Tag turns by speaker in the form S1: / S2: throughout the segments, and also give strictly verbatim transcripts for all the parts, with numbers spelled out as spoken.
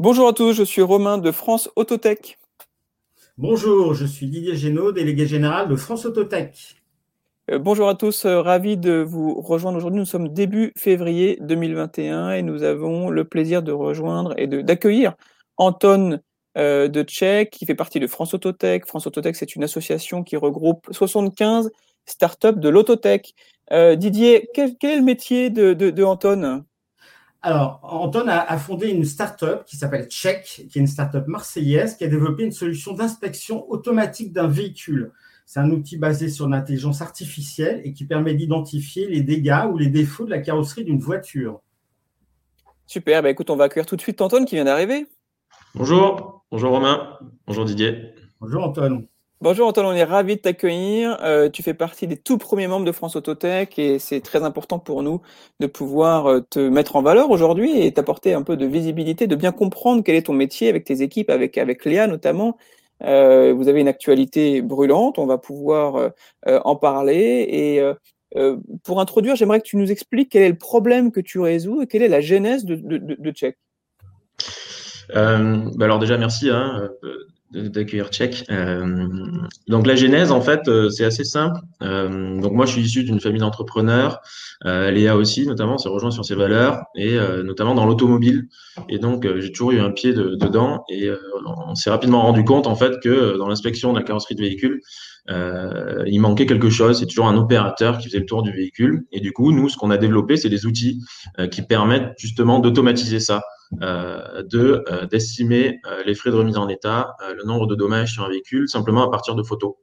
S1: Bonjour à tous, je suis Romain de France Autotech.
S2: Bonjour, je suis Didier Génaud, délégué général de France Autotech.
S1: Euh, bonjour à tous, euh, ravi de vous rejoindre aujourd'hui. Nous sommes début février deux mille vingt et un et nous avons le plaisir de rejoindre et de, d'accueillir Anton euh, de Tchèque qui fait partie de France Autotech. France Autotech, c'est une association qui regroupe soixante-quinze startups de l'autotech. Euh, Didier, quel, quel est le métier de, de, de Anton?
S2: Alors, Anton a, a fondé une start-up qui s'appelle Check, qui est une start-up marseillaise qui a développé une solution d'inspection automatique d'un véhicule. C'est un outil basé sur l'intelligence artificielle et qui permet d'identifier les dégâts ou les défauts de la carrosserie d'une voiture.
S1: Super, bah écoute, on va accueillir tout de suite Anton qui vient d'arriver.
S3: Bonjour, bonjour Romain, bonjour Didier.
S2: Bonjour Anton.
S1: Bonjour Antoine, on est ravi de t'accueillir. Euh, tu fais partie des tout premiers membres de France Autotech et c'est très important pour nous de pouvoir euh, te mettre en valeur aujourd'hui et t'apporter un peu de visibilité, de bien comprendre quel est ton métier avec tes équipes, avec, avec Léa notamment. Euh, vous avez une actualité brûlante, on va pouvoir euh, euh, en parler. Et euh, euh, pour introduire, j'aimerais que tu nous expliques quel est le problème que tu résous et quelle est la genèse de, de, de, de Check.
S3: Euh, bah alors déjà merci hein, euh, d'accueillir Tchèque. Euh, donc la genèse en fait euh, c'est assez simple. Euh, donc moi je suis issu d'une famille d'entrepreneurs. Euh, Léa aussi notamment s'est rejoint sur ses valeurs et euh, notamment dans l'automobile. Et donc euh, j'ai toujours eu un pied de- dedans et euh, on s'est rapidement rendu compte en fait que euh, dans l'inspection de la carrosserie de véhicule euh, il manquait quelque chose. C'est toujours un opérateur qui faisait le tour du véhicule. Et du coup nous ce qu'on a développé c'est des outils euh, qui permettent justement d'automatiser ça. Euh, de euh, d'estimer euh, les frais de remise en état, euh, le nombre de dommages sur un véhicule, simplement à partir de photos.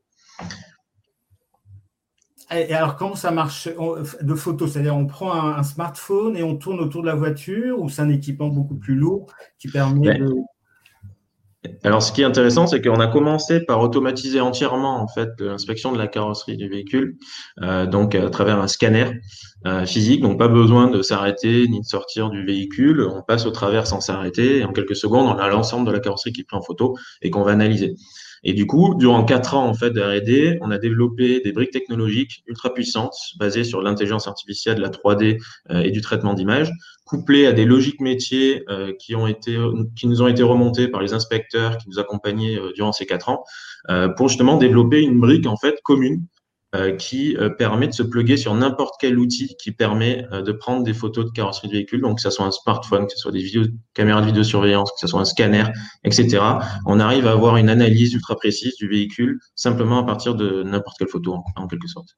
S2: Et alors, comment ça marche de photos? C'est-à-dire, on prend un, un smartphone et on tourne autour de la voiture ou c'est un équipement beaucoup plus lourd qui permet
S3: Mais,
S2: de…
S3: alors, ce qui est intéressant, c'est qu'on a commencé par automatiser entièrement en fait l'inspection de la carrosserie du véhicule, euh, donc à travers un scanner euh, physique, donc pas besoin de s'arrêter ni de sortir du véhicule. On passe au travers sans s'arrêter et en quelques secondes, on a l'ensemble de la carrosserie qui est pris en photo et qu'on va analyser. Et du coup, durant quatre ans en fait de R et D, on a développé des briques technologiques ultra puissantes basées sur l'intelligence artificielle, la trois D euh, et du traitement d'images, couplées à des logiques métiers euh, qui ont été qui nous ont été remontées par les inspecteurs qui nous accompagnaient euh, durant ces quatre ans, euh, pour justement développer une brique en fait commune euh, qui euh, permet de se plugger sur n'importe quel outil qui permet euh, de prendre des photos de carrosserie de véhicule, donc que ce soit un smartphone, que ce soit des vidéos, caméras de vidéosurveillance, que ce soit un scanner, et cetera. On arrive à avoir une analyse ultra précise du véhicule simplement à partir de n'importe quelle photo, en, en quelque sorte.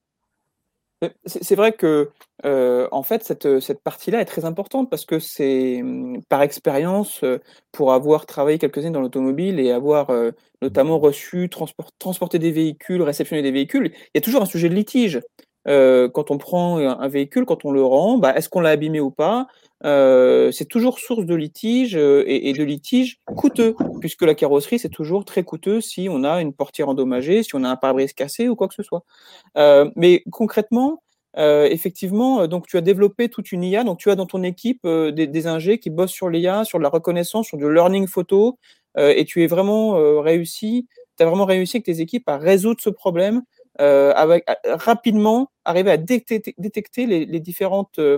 S1: C'est c'est vrai que, euh, en fait, cette, cette partie-là est très importante parce que c'est, hum, par expérience, euh, pour avoir travaillé quelques années dans l'automobile et avoir euh, notamment reçu, transport, transporté des véhicules, réceptionné des véhicules, il y a toujours un sujet de litige. Euh, quand on prend un, un véhicule, quand on le rend, bah, est-ce qu'on l'a abîmé ou pas? Euh, c'est toujours source de litige euh, et, et de litige coûteux, puisque la carrosserie, c'est toujours très coûteux si on a une portière endommagée, si on a un pare-brise cassé ou quoi que ce soit. Euh, mais concrètement, euh, effectivement, euh, donc tu as développé toute une I A, donc tu as dans ton équipe euh, des, des ingés qui bossent sur l'I A, sur de la reconnaissance, sur du learning photo, euh, et tu es vraiment euh, réussi, tu as vraiment réussi avec tes équipes à résoudre ce problème, euh, avec, à- rapidement arriver à détecter, détecter les, les différentes euh,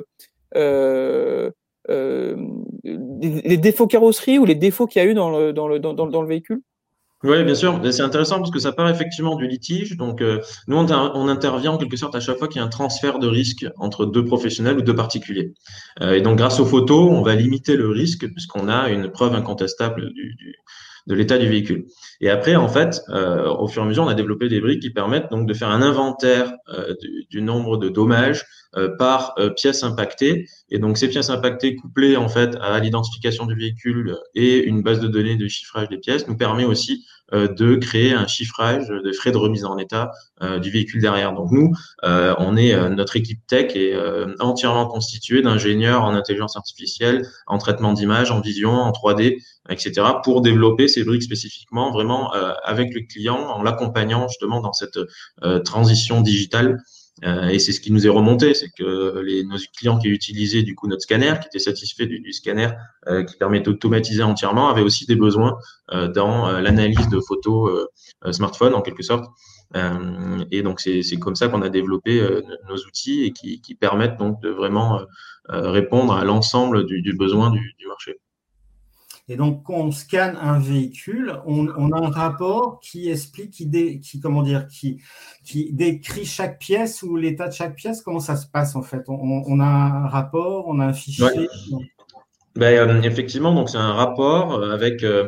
S1: euh, euh, les, les défauts carrosserie ou les défauts qu'il y a eu dans le, dans le, dans, dans- dans le véhicule.
S3: Oui, bien sûr. Mais c'est intéressant parce que ça part effectivement du litige. Donc, euh, nous, on, inter- on intervient en quelque sorte à chaque fois qu'il y a un transfert de risque entre deux professionnels ou deux particuliers. Euh, et donc, grâce aux photos, on va limiter le risque puisqu'on a une preuve incontestable du, du- de l'état du véhicule. Et après, en fait, euh, au fur et à mesure, on a développé des briques qui permettent donc de faire un inventaire euh, du, du nombre de dommages euh, par euh, pièce impactée. Et donc, ces pièces impactées couplées en fait à l'identification du véhicule et une base de données de chiffrage des pièces nous permet aussi euh, de créer un chiffrage de frais de remise en état euh, du véhicule derrière. Donc nous, euh, on est euh, notre équipe tech est euh, entièrement constituée d'ingénieurs en intelligence artificielle, en traitement d'image, en vision, en trois D, et cetera, pour développer ces briques spécifiquement vraiment euh, avec le client, en l'accompagnant justement dans cette euh, transition digitale. Euh, et c'est ce qui nous est remonté, c'est que les, nos clients qui utilisaient du coup notre scanner, qui étaient satisfaits du, du scanner euh, qui permet d'automatiser entièrement, avaient aussi des besoins euh, dans euh, l'analyse de photos euh, euh, smartphone en quelque sorte. Euh, et donc c'est c'est comme ça qu'on a développé euh, nos outils et qui, qui permettent donc de vraiment euh, euh, répondre à l'ensemble du, du besoin du, du marché.
S2: Et donc, quand on scanne un véhicule, on, on a un rapport qui explique, qui, dé, qui comment dire, qui, qui décrit chaque pièce ou l'état de chaque pièce. Comment ça se passe en fait? on, on a un rapport, on a un fichier.
S3: Ouais. Ben, euh, effectivement, donc c'est un rapport euh, avec euh,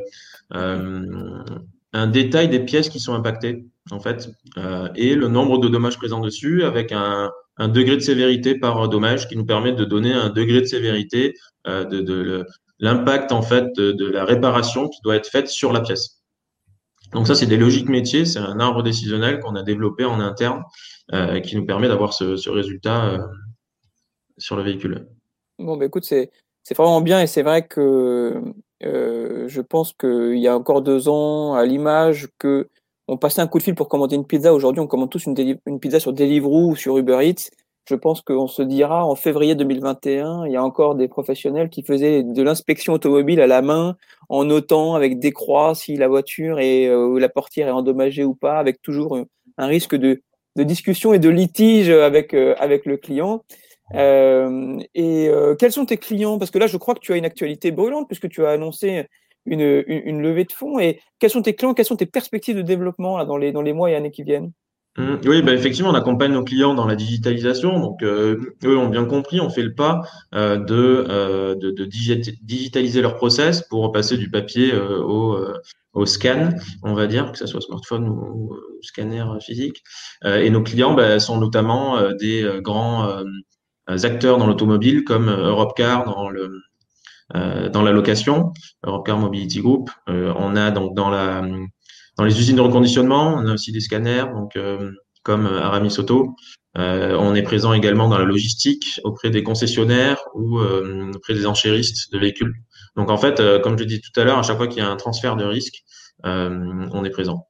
S3: euh, un détail des pièces qui sont impactées, en fait, euh, et le nombre de dommages présents dessus, avec un, un degré de sévérité par dommage qui nous permet de donner un degré de sévérité euh, de, de le- l'impact en fait de, de la réparation qui doit être faite sur la pièce. Donc ça, c'est des logiques métiers, c'est un arbre décisionnel qu'on a développé en interne euh, qui nous permet d'avoir ce, ce résultat euh, sur le véhicule.
S1: Bon, bah, écoute, c'est c'est vraiment bien et c'est vrai que euh, je pense qu'il y a encore deux ans, à l'image que on passait un coup de fil pour commander une pizza. Aujourd'hui, on commande tous une, déli- une pizza sur Deliveroo ou sur Uber Eats. Je pense qu'on se dira en février deux mille vingt et un, il y a encore des professionnels qui faisaient de l'inspection automobile à la main, en notant avec des croix si la voiture est, euh, la portière est endommagée ou pas, avec toujours un un risque de, de discussion et de litige avec, euh, avec le client. Euh, et euh, quels sont tes clients? Parce que là, je crois que tu as une actualité brûlante puisque tu as annoncé une, une, une levée de fonds. Et quels sont tes clients? Quelles sont tes perspectives de développement là, dans les, dans les mois et années qui viennent?
S3: Mm, Oui, bah effectivement, on accompagne nos clients dans la digitalisation. Donc, euh, eux ont bien compris, on fait le pas euh, de, euh, de, de digit- digitaliser leur process pour passer du papier euh, au, euh, au scan, on va dire, que ce soit smartphone ou, ou scanner physique. Euh, et nos clients bah, sont notamment euh, des euh, grands euh, acteurs dans l'automobile comme euh, Europcar dans le euh, dans la location, Europcar Mobility Group. Euh, on a donc dans la dans les usines de reconditionnement, on a aussi des scanners, donc euh, comme Aramis Auto. Euh, on est présent également dans la logistique auprès des concessionnaires ou euh, auprès des enchéristes de véhicules. Donc en fait, euh, comme je dis tout à l'heure, à chaque fois qu'il y a un transfert de risque, euh, on est présent.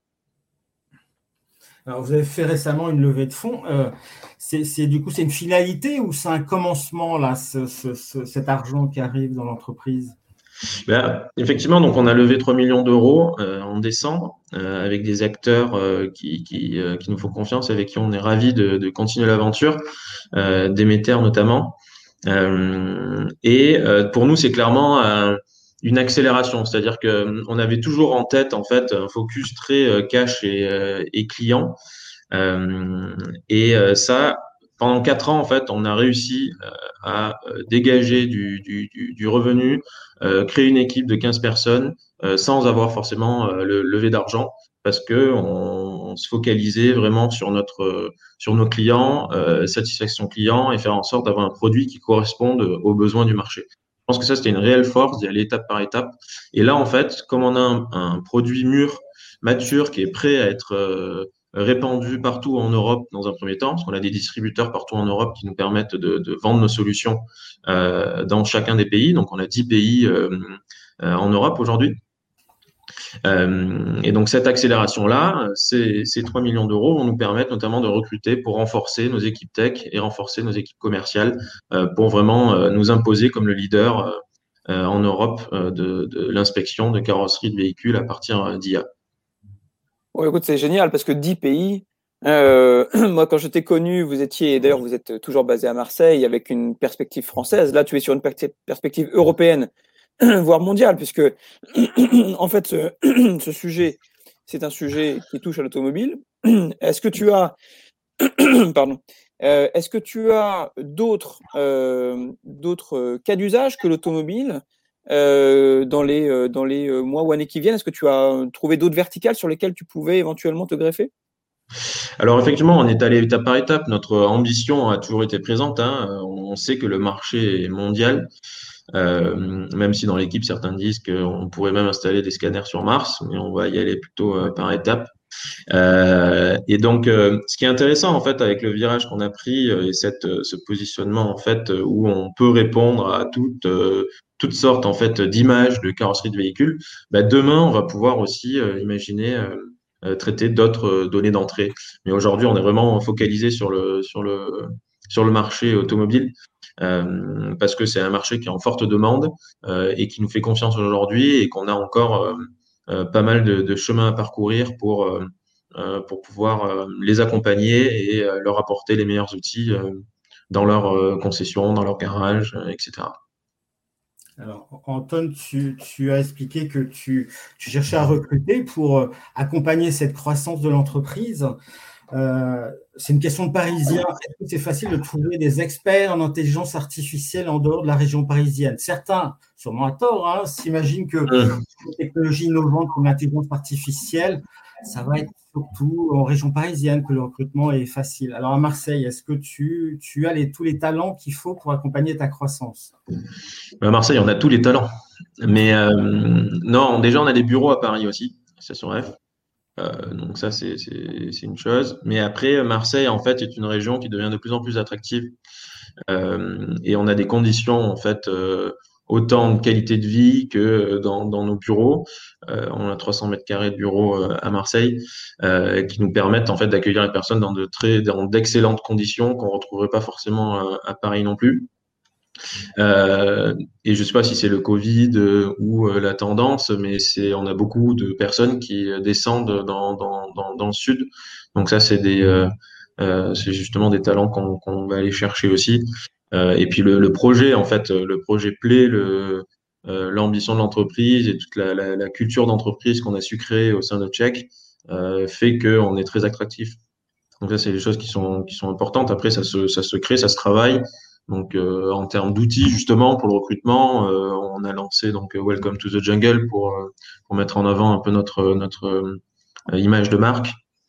S2: Alors, vous avez fait récemment une levée de fonds. Euh, c'est, c'est- du coup, c'est une finalité ou c'est un commencement, là, ce- ce- ce- cet argent qui arrive dans l'entreprise?
S3: Ben, effectivement, donc on a levé trois millions d'euros euh, en décembre euh, avec des acteurs euh, qui, qui, euh, qui nous font confiance, avec qui on est ravis de, de continuer l'aventure, euh, Demeter notamment. Euh, et euh, pour nous, c'est clairement euh, une accélération, c'est-à-dire que euh, on avait toujours en tête en fait un focus très euh, cash et, euh, et client. Euh, et euh, ça, pendant quatre ans, en fait, on a réussi euh, à euh, dégager du, du, du, du revenu, euh, créer une équipe de quinze personnes euh, sans avoir forcément euh, le levé d'argent parce que on, on se focalisait vraiment sur notre euh, sur nos clients, euh, satisfaction client et faire en sorte d'avoir un produit qui corresponde aux besoins du marché. Je pense que ça, c'était une réelle force d'y aller étape par étape. Et là, en fait, comme on a un, un produit mûr, mature, qui est prêt à être euh, répandu partout en Europe dans un premier temps, parce qu'on a des distributeurs partout en Europe qui nous permettent de, de vendre nos solutions euh, dans chacun des pays. Donc, on a dix pays euh, euh, en Europe aujourd'hui. Euh, et donc, cette accélération-là, ces, ces trois millions d'euros vont nous permettre notamment de recruter pour renforcer nos équipes tech et renforcer nos équipes commerciales euh, pour vraiment euh, nous imposer comme le leader euh, en Europe euh, de, de l'inspection de carrosserie de véhicules à partir d'I A.
S1: Bon, écoute, c'est génial parce que dix pays. Euh, moi, quand je t'ai connu, vous étiez, d'ailleurs, vous êtes toujours basé à Marseille avec une perspective française. Là, tu es sur une per- perspective européenne, voire mondiale, puisque, en fait, ce, ce sujet, c'est un sujet qui touche à l'automobile. Est-ce que tu as, pardon, euh, est-ce que tu as d'autres euh, d'autres euh, cas d'usage que l'automobile euh, dans les, euh, dans les euh, mois ou années qui viennent? Est-ce que tu as trouvé d'autres verticales sur lesquelles tu pouvais éventuellement te greffer?
S3: Alors effectivement, on est allé étape par étape. Notre ambition a toujours été présente, hein. On sait que le marché est mondial, euh, même si dans l'équipe certains disent qu'on pourrait même installer des scanners sur Mars, mais on va y aller plutôt euh, par étapes. Euh, et donc, euh, ce qui est intéressant en fait avec le virage qu'on a pris euh, et cette, euh, ce positionnement en fait euh, où on peut répondre à toutes euh, toutes sortes en fait d'images de carrosserie de véhicules, bah, demain on va pouvoir aussi euh, imaginer euh, euh, traiter d'autres euh, données d'entrée. Mais aujourd'hui, on est vraiment focalisé sur le sur le sur le marché automobile. Euh, parce que c'est un marché qui est en forte demande euh, et qui nous fait confiance aujourd'hui et qu'on a encore euh, euh, pas mal de, de chemin à parcourir pour, euh, euh, pour pouvoir euh, les accompagner et euh, leur apporter les meilleurs outils euh, dans leur euh, concession, dans leur garage, euh, et cetera.
S2: Alors, Anton, tu, tu as expliqué que tu, tu cherchais à recruter pour euh, accompagner cette croissance de l'entreprise. Euh, c'est une question de Parisien. Est-ce que c'est facile de trouver des experts en intelligence artificielle en dehors de la région parisienne? Certains, sûrement à tort, hein, s'imaginent que
S3: Mmh.
S2: les technologies innovantes comme l'intelligence artificielle, ça va être surtout en région parisienne que le recrutement est facile. Alors à Marseille, est-ce que tu, tu as les, tous les talents qu'il faut pour accompagner ta croissance?
S3: À Marseille, on a tous les talents. Mais euh, non, déjà, on a des bureaux à Paris aussi, station F. Euh, donc ça, c'est c'est- c'est une chose. Mais après, Marseille, en fait, est une région qui devient de plus en plus attractive. Euh, et on a des conditions, en fait, euh, autant de qualité de vie que dans, dans nos bureaux. Euh, on a trois cents mètres carrés de bureaux euh, à Marseille euh, qui nous permettent, en fait, d'accueillir les personnes dans de très, dans d'excellentes conditions qu'on retrouverait pas forcément à, à Paris non plus. Euh, et je sais pas si c'est le Covid euh, ou euh, la tendance, mais c'est, on a beaucoup de personnes qui euh, descendent dans, dans, dans, dans le sud. Donc ça, c'est des, euh, euh, c'est justement des talents qu'on qu'on va aller chercher aussi. Euh, et puis le, le projet, en fait, le projet plaît, le, euh, l'ambition de l'entreprise et toute la, la, la culture d'entreprise qu'on a su créer au sein de Check euh, fait qu'on est très attractif. Donc ça, c'est des choses qui sont qui sont importantes. Après, ça se ça se crée, ça se travaille. Donc euh, en termes d'outils justement pour le recrutement, euh, on a lancé donc euh, Welcome to the Jungle pour euh, pour mettre en avant un peu notre notre euh, image de marque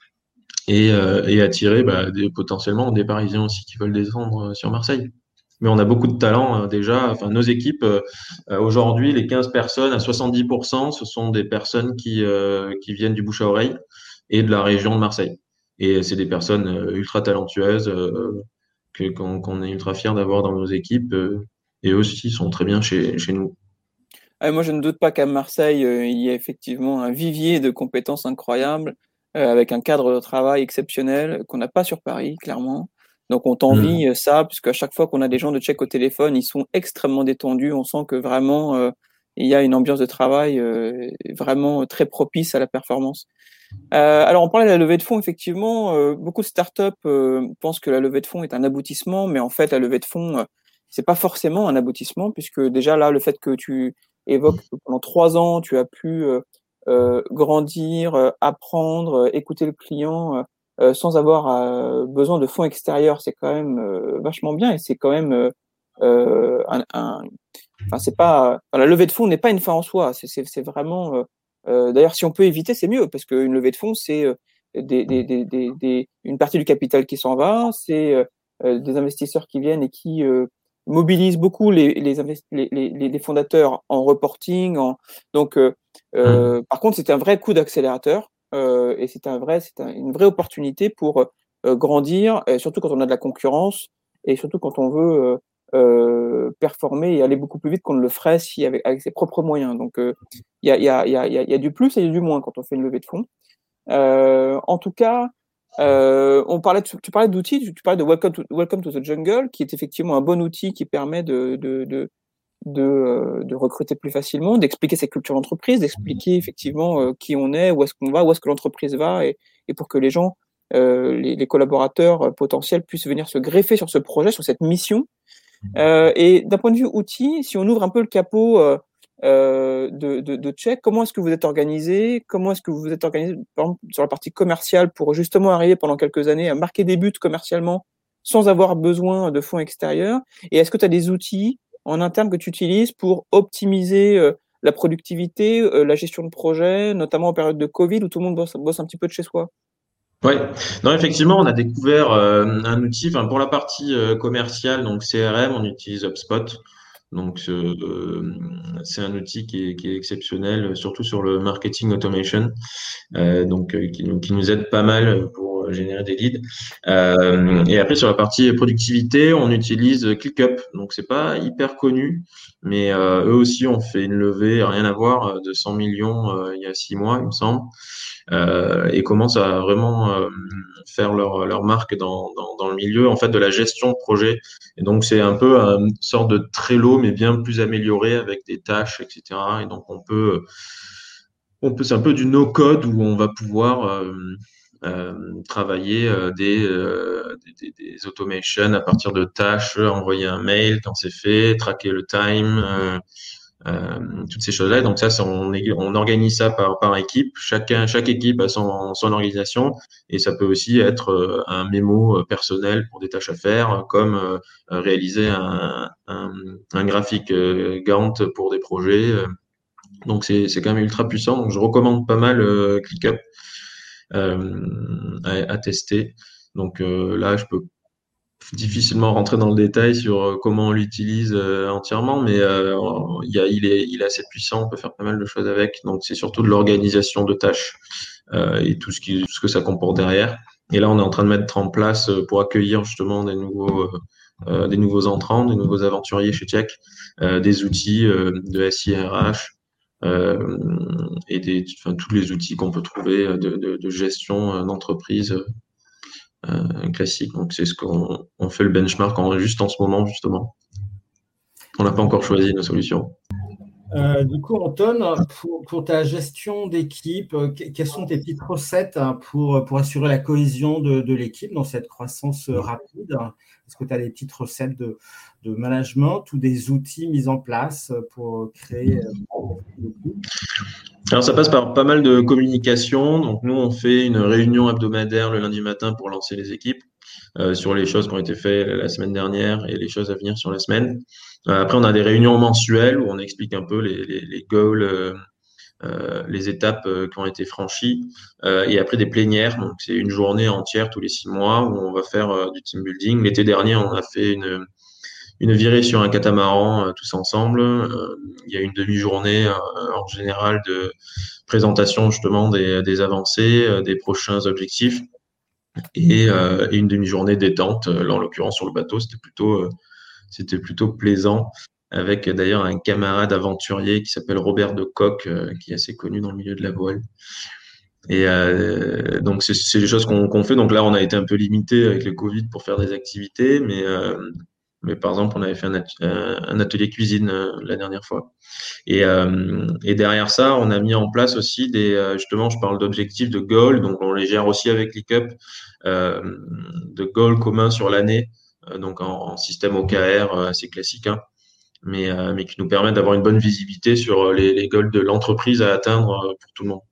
S3: et euh, et attirer bah, des, potentiellement des Parisiens aussi qui veulent descendre euh, sur Marseille. Mais on a beaucoup de talent euh, déjà. Enfin, nos équipes euh, euh, aujourd'hui, les quinze personnes à soixante-dix pour cent, ce sont des personnes qui euh, qui viennent du bouche à oreille et de la région de Marseille. Et c'est des personnes euh, ultra talentueuses euh, que, qu'on, qu'on est ultra fiers d'avoir dans nos équipes. Euh, et eux aussi sont très bien chez, chez nous.
S1: Ah, moi, je ne doute pas qu'à Marseille, euh, il y ait effectivement un vivier de compétences incroyables, euh, avec un cadre de travail exceptionnel qu'on n'a pas sur Paris, clairement. Donc, on
S3: Mm.
S1: t'envie euh, ça, puisque à chaque fois qu'on a des gens de Tchèque au téléphone, ils sont extrêmement détendus. On sent que vraiment, euh, il y a une ambiance de travail euh, vraiment très propice à la performance. Euh, alors, on parlait de la levée de fonds, effectivement. Euh, beaucoup de startups euh, pensent que la levée de fonds est un aboutissement, mais en fait, la levée de fonds, euh, c'est pas forcément un aboutissement, puisque déjà là, le fait que tu évoques que pendant trois ans, tu as pu euh, euh, grandir, euh, apprendre, euh, écouter le client euh, euh, sans avoir euh, besoin de fonds extérieurs, c'est quand même euh, vachement bien et c'est quand même euh, euh, un, un, enfin, c'est pas, enfin, la levée de fonds n'est pas une fin en soi. C'est, c'est, c'est vraiment. Euh, euh, d'ailleurs, si on peut éviter, c'est mieux parce qu'une levée de fonds, c'est euh, des, des, des, des, des, une partie du capital qui s'en va, c'est euh, euh, des investisseurs qui viennent et qui euh, mobilisent beaucoup les, les, invest- les, les, les fondateurs en reporting. En... Donc, euh,
S3: Mm.
S1: euh, par contre, c'est un vrai coup d'accélérateur euh, et c'est un vrai, c'est un, une vraie opportunité pour euh, grandir, et surtout quand on a de la concurrence et surtout quand on veut euh, euh, performer et aller beaucoup plus vite qu'on ne le ferait si avec, avec ses propres moyens. Donc, il euh, y, a, y, a, y, a, y a du plus et il y a du moins quand on fait une levée de fonds. Euh, en tout cas, euh, on parlait de, tu parlais d'outils, tu, tu parlais de Welcome to, Welcome to the Jungle, qui est effectivement un bon outil qui permet de, de, de, de, euh, de recruter plus facilement, d'expliquer sa culture d'entreprise, d'expliquer effectivement euh, qui on est, où est-ce qu'on va, où est-ce que l'entreprise va, et, et pour que les gens, euh, les, les collaborateurs euh, potentiels puissent venir se greffer sur ce projet, sur cette mission. Euh, et d'un point de vue outil, si on ouvre un peu le capot euh, euh, de, de, de Check, comment est-ce que vous êtes organisé? Comment est-ce que vous êtes organisé, par exemple, sur la partie commerciale pour justement arriver pendant quelques années à marquer des buts commercialement sans avoir besoin de fonds extérieurs? Et est-ce que tu as des outils en interne que tu utilises pour optimiser euh, la productivité, euh, la gestion de projet, notamment en période de Covid où tout le monde bosse, bosse un petit peu de chez soi?
S3: Ouais, non, effectivement, on a découvert euh, un outil. Enfin, pour la partie euh, commerciale, donc C R M, on utilise HubSpot. Donc, euh, c'est un outil qui est, qui est exceptionnel, surtout sur le marketing automation. Euh, donc euh, qui nous, qui nous aide pas mal pour générer des leads. Euh, et après sur la partie productivité, on utilise ClickUp. Donc c'est pas hyper connu, mais euh, eux aussi ont fait une levée, rien à voir, de cent millions euh, il y a six mois, il me semble, euh, et commencent à vraiment euh, faire leur, leur marque dans, dans, dans le milieu en fait de la gestion de projet. Et donc c'est un peu une sorte de Trello, mais bien plus amélioré avec des tâches, et cetera. Et donc on peut on peut, c'est un peu du no-code où on va pouvoir euh, euh, travailler euh, des, euh, des, des, des automations à partir de tâches, envoyer un mail quand c'est fait, traquer le time, euh, euh, toutes ces choses-là. Donc ça, c'est- on, est- on organise ça par, par équipe. Chacun, chaque équipe a son, son organisation et ça peut aussi être euh, un mémo euh, personnel pour des tâches à faire, comme euh, réaliser un, un, un graphique euh, Gantt pour des projets. euh, donc c'est c'est quand même ultra puissant. Donc je recommande pas mal euh, ClickUp euh, à, à tester. Donc euh, là, je peux difficilement rentrer dans le détail sur euh, comment on l'utilise euh, entièrement, mais euh, il y a, il est, il est assez puissant. On peut faire pas mal de choses avec. Donc c'est surtout de l'organisation de tâches euh, et tout ce qui, tout ce que ça comporte derrière. Et là, on est en train de mettre en place euh, pour accueillir justement des nouveaux, euh, euh, des nouveaux entrants, des nouveaux aventuriers chez Check, euh, des outils euh, de S I R H euh, et des, enfin, tous les outils qu'on peut trouver de, de, de gestion euh, d'entreprise euh, classique. Donc c'est ce qu'on on fait le benchmark en, juste en ce moment justement. On n'a pas encore choisi nos solutions.
S2: Euh, du coup, Anton, pour, pour ta gestion d'équipe, euh, que- quelles sont tes petites recettes hein, pour, pour assurer la cohésion de, de l'équipe dans cette croissance euh, rapide? Est-ce que tu as des petites recettes de, de management ou des outils mis en place pour créer euh, l'équipe?
S3: Alors ça passe par pas mal de communication. Donc nous on fait une réunion hebdomadaire le lundi matin pour lancer les équipes euh, sur les choses qui ont été faites la semaine dernière et les choses à venir sur la semaine. Euh, après on a des réunions mensuelles où on explique un peu les, les, les goals, euh, euh, les étapes euh, qui ont été franchies euh, et après des plénières. Donc c'est une journée entière tous les six mois où on va faire euh, du team building. L'été dernier on a fait une une virée sur un catamaran euh, tous ensemble. Euh, il y a une demi-journée euh, en général de présentation justement des, des avancées, euh, des prochains objectifs et, euh, et une demi-journée détente. Là, en l'occurrence sur le bateau, c'était plutôt euh, c'était plutôt plaisant. Avec d'ailleurs un camarade aventurier qui s'appelle Robert de Coq, euh, qui est assez connu dans le milieu de la voile. Et euh, donc c'est c'est des choses qu'on qu'on fait. Donc là, on a été un peu limité avec le Covid pour faire des activités, mais euh, mais par exemple, on avait fait un, at- euh, un atelier cuisine euh, la dernière fois. Et, euh, et derrière ça, on a mis en place aussi des, euh, justement, je parle d'objectifs de goals, donc on les gère aussi avec ClickUp, euh, de goals communs sur l'année, euh, donc en, en système O K R euh, assez classique, hein, mais, euh, mais qui nous permettent d'avoir une bonne visibilité sur les, les goals de l'entreprise à atteindre euh, pour tout le monde.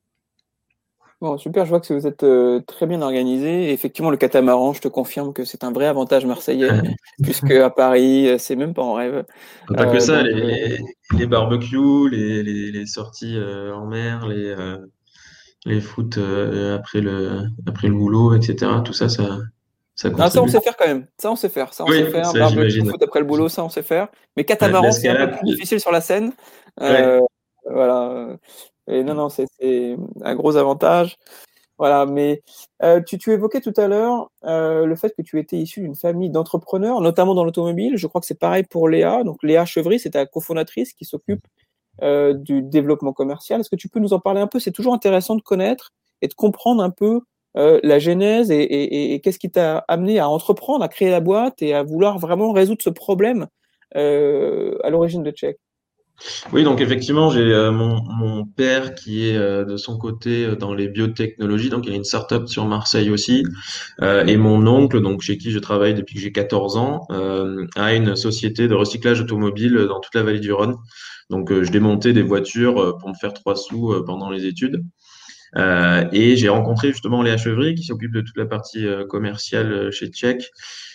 S1: Bon, super, je vois que vous êtes euh, très bien organisé. Et effectivement, le catamaran, je te confirme que c'est un vrai avantage marseillais, puisque à Paris, euh, c'est même pas en rêve.
S3: Pas que
S1: Euh,
S3: ça,
S1: donc,
S3: les,
S1: euh,
S3: les, les barbecues, les, les, les sorties euh, en mer, les, euh, les foot euh, après le, après le boulot, et cetera. Tout ça, ça, ça
S1: ah, ça, on
S3: contribue.
S1: sait faire quand même. Ça, on sait faire. Ça, on sait
S3: Oui,
S1: faire.
S3: ça,
S1: Barbecue,
S3: j'imagine.
S1: foot après le boulot, ça, on sait faire. Mais
S3: Ouais, de
S1: catamaran, c'est un peu
S3: l'escalade.
S1: plus difficile sur la Seine.
S3: Ouais.
S1: Euh, voilà. Et non, non, c'est c'est un gros avantage. Voilà, mais euh, tu, tu évoquais tout à l'heure euh, le fait que tu étais issu d'une famille d'entrepreneurs, notamment dans l'automobile. Je crois que c'est pareil pour Léa. Donc Léa Chevry, c'est ta cofondatrice qui s'occupe euh, du développement commercial. Est-ce que tu peux nous en parler un peu? C'est toujours intéressant de connaître et de comprendre un peu euh, la genèse et, et, et, et qu'est-ce qui t'a amené à entreprendre, à créer la boîte et à vouloir vraiment résoudre ce problème euh, à l'origine de Check.
S3: Oui, donc effectivement, j'ai euh, mon, mon père qui est euh, de son côté euh, dans les biotechnologies, donc il y a une start-up sur Marseille aussi, euh, et mon oncle, donc chez qui je travaille depuis que j'ai quatorze ans, euh, a une société de recyclage automobile dans toute la vallée du Rhône. Donc euh, je démontais des voitures euh, pour me faire trois sous euh, pendant les études. Euh, et j'ai rencontré justement Léa Chevry qui s'occupe de toute la partie euh, commerciale euh, chez Check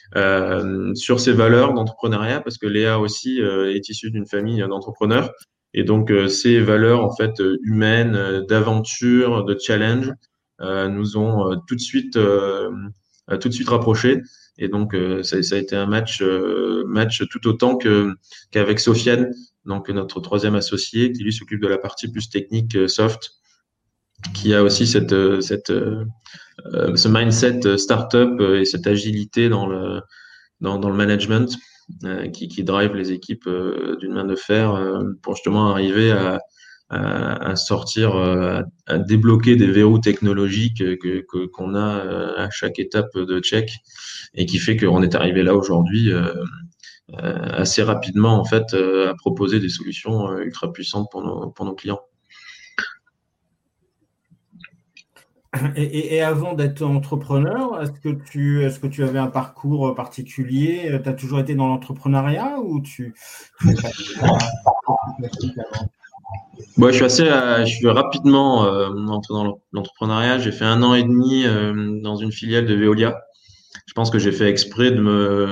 S3: euh, sur ses valeurs d'entrepreneuriat parce que Léa aussi euh, est issue d'une famille d'entrepreneurs et donc euh, ces valeurs en fait euh, humaines, euh, d'aventure, de challenge euh, nous ont euh, tout de suite euh, euh, tout de suite rapprochés et donc euh, ça, ça a été un match euh, match tout autant que qu'avec Sofiane donc notre troisième associé qui lui s'occupe de la partie plus technique euh, soft qui a aussi cette, euh, cette, euh, ce mindset startup et cette agilité dans le, dans, dans le management euh, qui, qui drive les équipes euh, d'une main de fer euh, pour justement arriver à, à, à sortir, euh, à, à débloquer des verrous technologiques que, que, qu'on a euh, à chaque étape de check et qui fait qu'on est arrivé là aujourd'hui euh, euh, assez rapidement en fait euh, à proposer des solutions euh, ultra puissantes pour nos, pour nos clients.
S2: Et, et- et avant d'être entrepreneur, est-ce que tu, est-ce que tu avais un parcours particulier? Tu as toujours été dans l'entrepreneuriat ou tu, tu es passé par un truc classique avant?
S3: Moi, je suis assez, euh, je suis rapidement euh, entré dans l'en- l'entrepreneuriat. J'ai fait un an et demi euh, dans une filiale de Veolia. Je pense que j'ai fait exprès de me,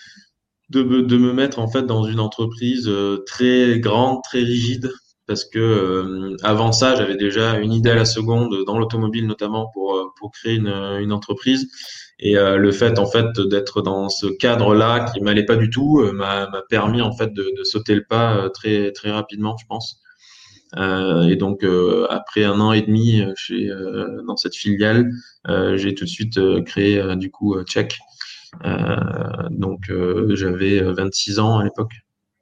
S3: de me, de me mettre en fait dans une entreprise euh, très grande, très rigide, parce que euh, avant ça, j'avais déjà une idée à la seconde dans l'automobile notamment pour euh, pour créer une, une entreprise. Et euh, le fait en fait d'être dans ce cadre-là qui m'allait pas du tout euh, m'a m'a permis en fait de, de sauter le pas euh, très très rapidement, je pense. Euh, et donc euh, après un an et demi euh, chez euh, dans cette filiale, euh, j'ai tout de suite euh, créé euh, du coup euh, Check. Euh, donc euh, j'avais vingt-six ans à l'époque.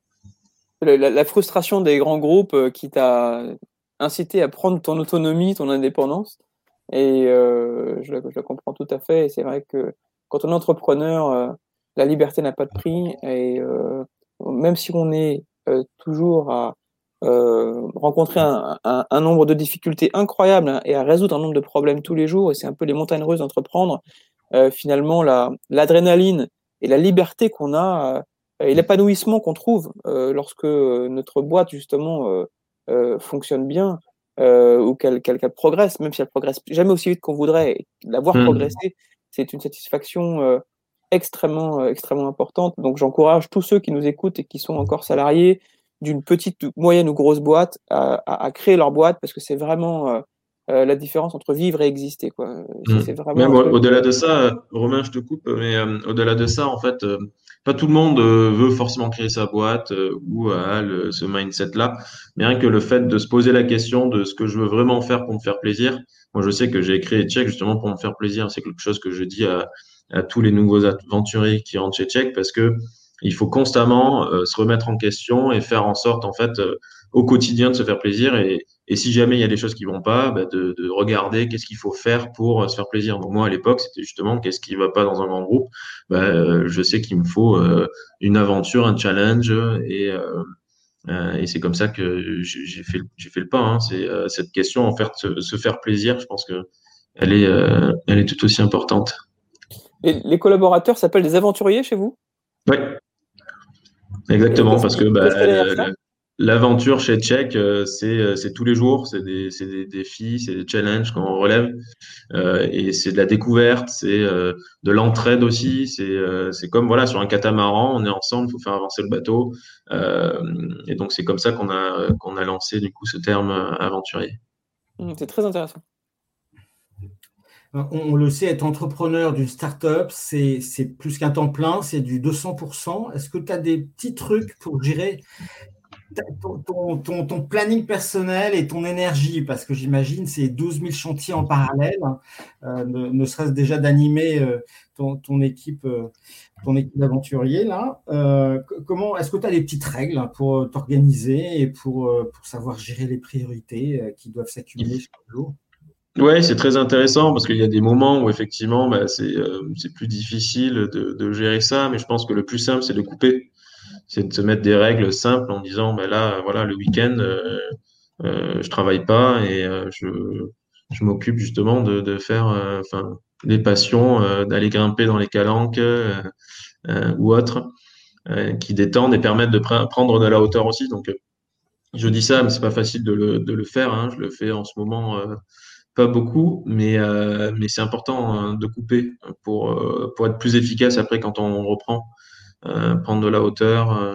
S1: La, la- la frustration des grands groupes euh, qui t'a incité à prendre ton autonomie, ton indépendance. Et euh, je, la, je la comprends tout à fait. Et c'est vrai que quand on est entrepreneur, euh, la liberté n'a pas de prix. Et euh, même si on est euh, toujours à euh, rencontrer un, un, un nombre de difficultés incroyables, hein, et à résoudre un nombre de problèmes tous les jours, et c'est un peu les montagnes russes d'entreprendre, euh, finalement, la, l'adrénaline et la liberté qu'on a, euh, et l'épanouissement qu'on trouve euh, lorsque euh, notre boîte, justement, euh, euh, fonctionne bien, euh, ou qu'elle, qu'elle, qu'elle progresse, même si elle progresse jamais aussi vite qu'on voudrait, et la voir
S3: Hmm.
S1: progresser, c'est une satisfaction euh, extrêmement, euh, extrêmement importante. Donc, j'encourage tous ceux qui nous écoutent et qui sont encore salariés d'une petite, moyenne ou grosse boîte à, à, à créer leur boîte, parce que c'est vraiment euh, euh, la différence entre vivre et exister, quoi. C'est,
S3: Hmm.
S1: c'est vraiment
S3: Même
S1: un
S3: au-
S1: truc.
S3: au-delà de ça, euh, Romain, je te coupe, mais euh, au-delà de ça, en fait, euh, pas tout le monde euh, veut forcément créer sa boîte euh, ou a le, ce mindset-là. Mais rien que le fait de se poser la question de ce que je veux vraiment faire pour me faire plaisir. Moi, je sais que j'ai créé Check justement pour me faire plaisir. C'est quelque chose que je dis à, à tous les nouveaux aventuriers qui rentrent chez Check parce que il faut constamment euh, se remettre en question et faire en sorte, en fait, euh, au quotidien de se faire plaisir. Et, et si jamais il y a des choses qui vont pas, bah, de, de regarder qu'est-ce qu'il faut faire pour euh, se faire plaisir. Donc moi, à l'époque, c'était justement qu'est-ce qui va pas dans un grand groupe. Bah, euh, je sais qu'il me faut euh, une aventure, un challenge, et, euh, euh, et c'est comme ça que j'ai j'ai fait, le- j'ai fait le pas. Hein. C'est euh, cette question, en fait, se, se faire plaisir. Je pense que elle est, euh, elle est tout aussi importante.
S1: Et les collaborateurs s'appellent des aventuriers chez vous?
S3: Oui,
S1: Et
S3: exactement,
S1: qu'est-ce
S3: parce que
S1: qui, qu'est-ce qu'il y a
S3: bah,
S1: derrière
S3: le-
S1: ça?
S3: le- l'aventure chez Check, euh, c'est euh, c'est tous les jours, c'est des, c'est des défis, c'est des challenges qu'on relève. Euh, et c'est de la découverte, c'est euh, de l'entraide aussi. C'est euh, c'est comme voilà sur un catamaran, on est ensemble, il faut faire avancer le bateau. Euh, et donc c'est comme ça qu'on a qu'on a lancé du coup ce terme euh, aventurier.
S1: Hmm, c'est très intéressant.
S2: On, on le sait, être entrepreneur d'une start-up, c'est, c'est plus qu'un temps plein, c'est du deux cents pour cent. Est-ce que tu as des petits trucs pour gérer ta- ton, ton- ton- ton planning personnel et ton énergie? Parce que j'imagine c'est douze mille chantiers en parallèle, hein, euh, ne, ne serait-ce déjà d'animer euh, ton, ton équipe, euh, ton équipe d'aventuriers là. Euh, c- comment, est-ce que tu as des petites règles pour euh, t'organiser et pour, euh, pour savoir gérer les priorités euh, qui doivent s'accumuler chaque jour?
S3: Ouais, c'est très intéressant parce qu'il y a des moments où effectivement bah, c'est euh, c'est plus difficile de, de gérer ça, mais je pense que le plus simple c'est de couper, c'est de se mettre des règles simples en disant bah là voilà le week-end euh, euh, je travaille pas et euh, je je m'occupe justement de, de faire euh, enfin des passions, euh, d'aller grimper dans les calanques euh, euh, ou autres euh, qui détendent et permettent de pre- prendre de la hauteur aussi. Donc euh, je dis ça, mais c'est pas facile de le, de le faire. Hein. Je le fais en ce moment euh, pas beaucoup, mais euh, mais c'est important euh, de couper pour euh, pour être plus efficace après quand on reprend, euh, prendre de la hauteur. euh.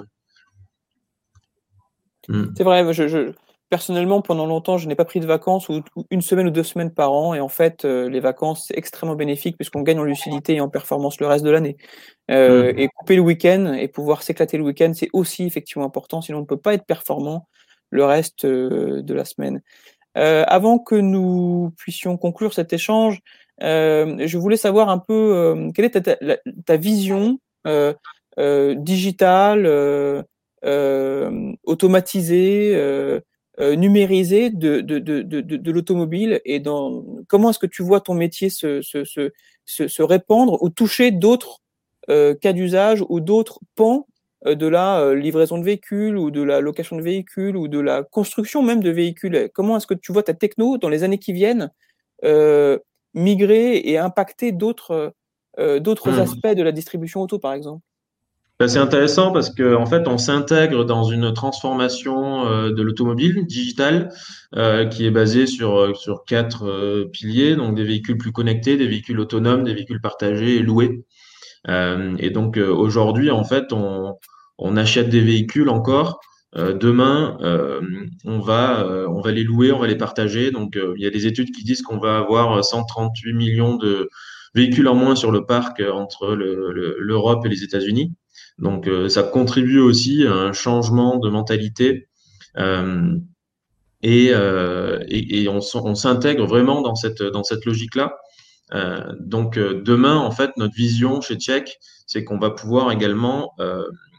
S3: Hmm.
S1: C'est vrai, je, je- personnellement, pendant longtemps, je n'ai pas pris de vacances ou, ou une semaine ou deux semaines par an. Et en fait, euh, les vacances, c'est extrêmement bénéfique puisqu'on gagne en lucidité et en performance le reste de l'année. Euh,
S3: Hmm.
S1: et couper le week-end et pouvoir s'éclater le week-end, c'est aussi effectivement important. Sinon, on ne peut pas être performant le reste euh, de la semaine. Euh, avant que nous puissions conclure cet échange, euh, je voulais savoir un peu euh, quelle est ta, ta, la- ta vision euh, euh, digitale, euh, euh, automatisée, euh, euh, numérisée de, de, de, de, de, de l'automobile, et dans comment est-ce que tu vois ton métier se, se, se, se, se répandre ou toucher d'autres euh, cas d'usage ou d'autres pans euh, de la euh, livraison de véhicules ou de la location de véhicules ou de la construction même de véhicules. Comment est-ce que tu vois ta techno dans les années qui viennent euh, migrer et impacter d'autres euh, d'autres
S3: Mmh.
S1: aspects de la distribution auto, par exemple?
S3: Ben, c'est intéressant parce que en fait, on s'intègre dans une transformation euh, de l'automobile digitale euh, qui est basée sur euh, sur quatre euh, piliers, donc des véhicules plus connectés, des véhicules autonomes, des véhicules partagés et loués. Euh, et donc euh, aujourd'hui, en fait, on on achète des véhicules encore. Euh, demain, euh, on va euh, on va les louer, on va les partager. Donc euh, il y a des études qui disent qu'on va avoir cent trente-huit millions de véhicules en moins sur le parc euh, entre le- le- l'Europe et les États-Unis. Donc euh, ça contribue aussi à un changement de mentalité euh, et, euh, et, et on, s- on s'intègre vraiment dans cette dans cette logique-là. Euh, donc euh, demain, en fait, notre vision chez Check, c'est qu'on va pouvoir également euh,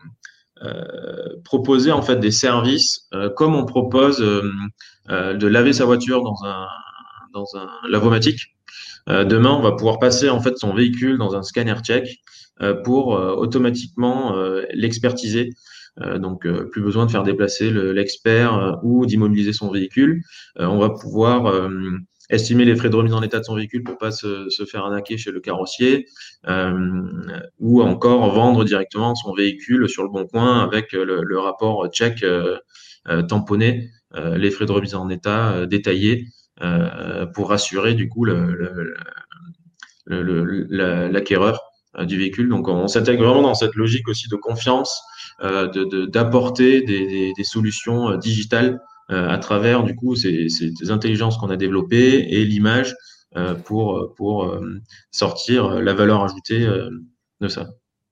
S3: euh, proposer en fait des services euh, comme on propose euh, euh, de laver sa voiture dans un dans un lavomatique. Euh, demain, on va pouvoir passer en fait son véhicule dans un scanner check euh, pour euh, automatiquement euh, l'expertiser. Euh, donc, euh, plus besoin de faire déplacer le- l'expert euh, ou d'immobiliser son véhicule. Euh, on va pouvoir euh, estimer les frais de remise en état de son véhicule pour pas se, se faire arnaquer chez le carrossier, euh, ou encore vendre directement son véhicule sur le bon coin avec le, le rapport check euh, euh, tamponné, euh, les frais de remise en état euh, détaillés euh, pour rassurer du coup le, le, le, le- la- l'acquéreur euh, du véhicule. Donc on s'intègre vraiment dans cette logique aussi de confiance, euh, de, de- d'apporter des, des, des solutions euh, digitales euh, à travers du coup ces, ces intelligences qu'on a développées et l'image euh, pour, pour euh, sortir la valeur ajoutée euh, de ça.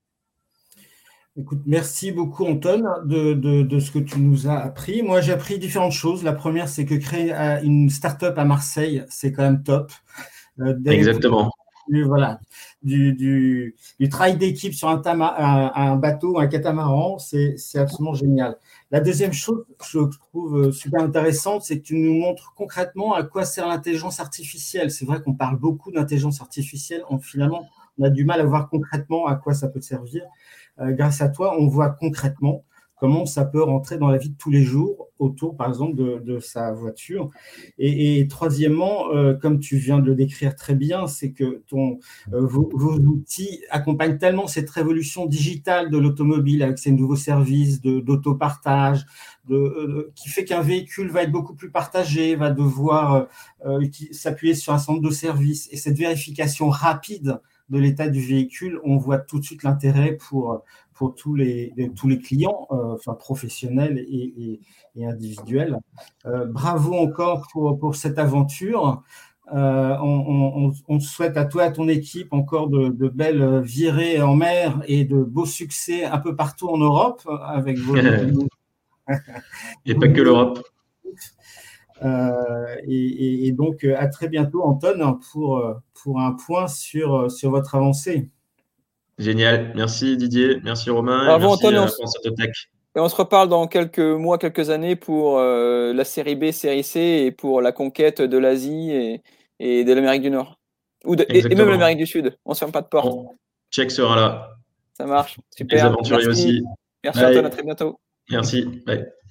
S2: Écoute, merci beaucoup, Anton, de, de, de ce que tu nous as appris. Moi, j'ai appris différentes choses. La première, c'est que créer euh, une start-up à Marseille, c'est quand même top. Euh, d'aller
S3: Exactement.
S2: du, voilà, du, du, du travail d'équipe sur un, tama, un, un bateau, un catamaran, c'est, c'est absolument génial. La deuxième chose que je trouve super intéressante, c'est que tu nous montres concrètement à quoi sert l'intelligence artificielle. C'est vrai qu'on parle beaucoup d'intelligence artificielle, on, finalement, on a du mal à voir concrètement à quoi ça peut servir. Euh, grâce à toi, on voit concrètement comment ça peut rentrer dans la vie de tous les jours autour, par exemple, de, de sa voiture. Et, et troisièmement, euh, comme tu viens de le décrire très bien, c'est que ton, euh, vos, vos outils accompagnent tellement cette révolution digitale de l'automobile avec ces nouveaux services de, d'autopartage, de, euh, qui fait qu'un véhicule va être beaucoup plus partagé, va devoir euh, s'appuyer sur un centre de service. Et cette vérification rapide de l'état du véhicule, on voit tout de suite l'intérêt pour, pour tous, les, tous les clients, euh, enfin professionnels et, et, et individuels. Euh, bravo encore pour, pour cette aventure. Euh, on, on, on souhaite à toi et à ton équipe encore de, de belles virées en mer et de beaux succès un peu partout en Europe avec vos...
S3: Et pas que l'Europe.
S2: Euh, et, et, et donc, à très bientôt, Anton, pour, pour un point sur, sur votre avancée.
S3: Génial. Merci Didier, merci Romain,
S1: Bravo,
S3: et merci
S1: Anton, et on,
S3: euh,
S1: s-
S3: pour cette tech.
S1: et on se reparle dans quelques mois, quelques années pour euh, la série B, série C et pour la conquête de l'Asie et, et de l'Amérique du Nord. Ou de- et, et même
S3: Exactement.
S1: l'Amérique du Sud. On ne se ferme pas de porte.
S3: Bon, check sera là.
S1: Ça marche.
S3: Les
S1: Super.
S3: aventuriers
S1: Merci.
S3: aussi.
S1: Merci, Anton. À
S3: Bye.
S1: très bientôt.
S3: Merci. Bye.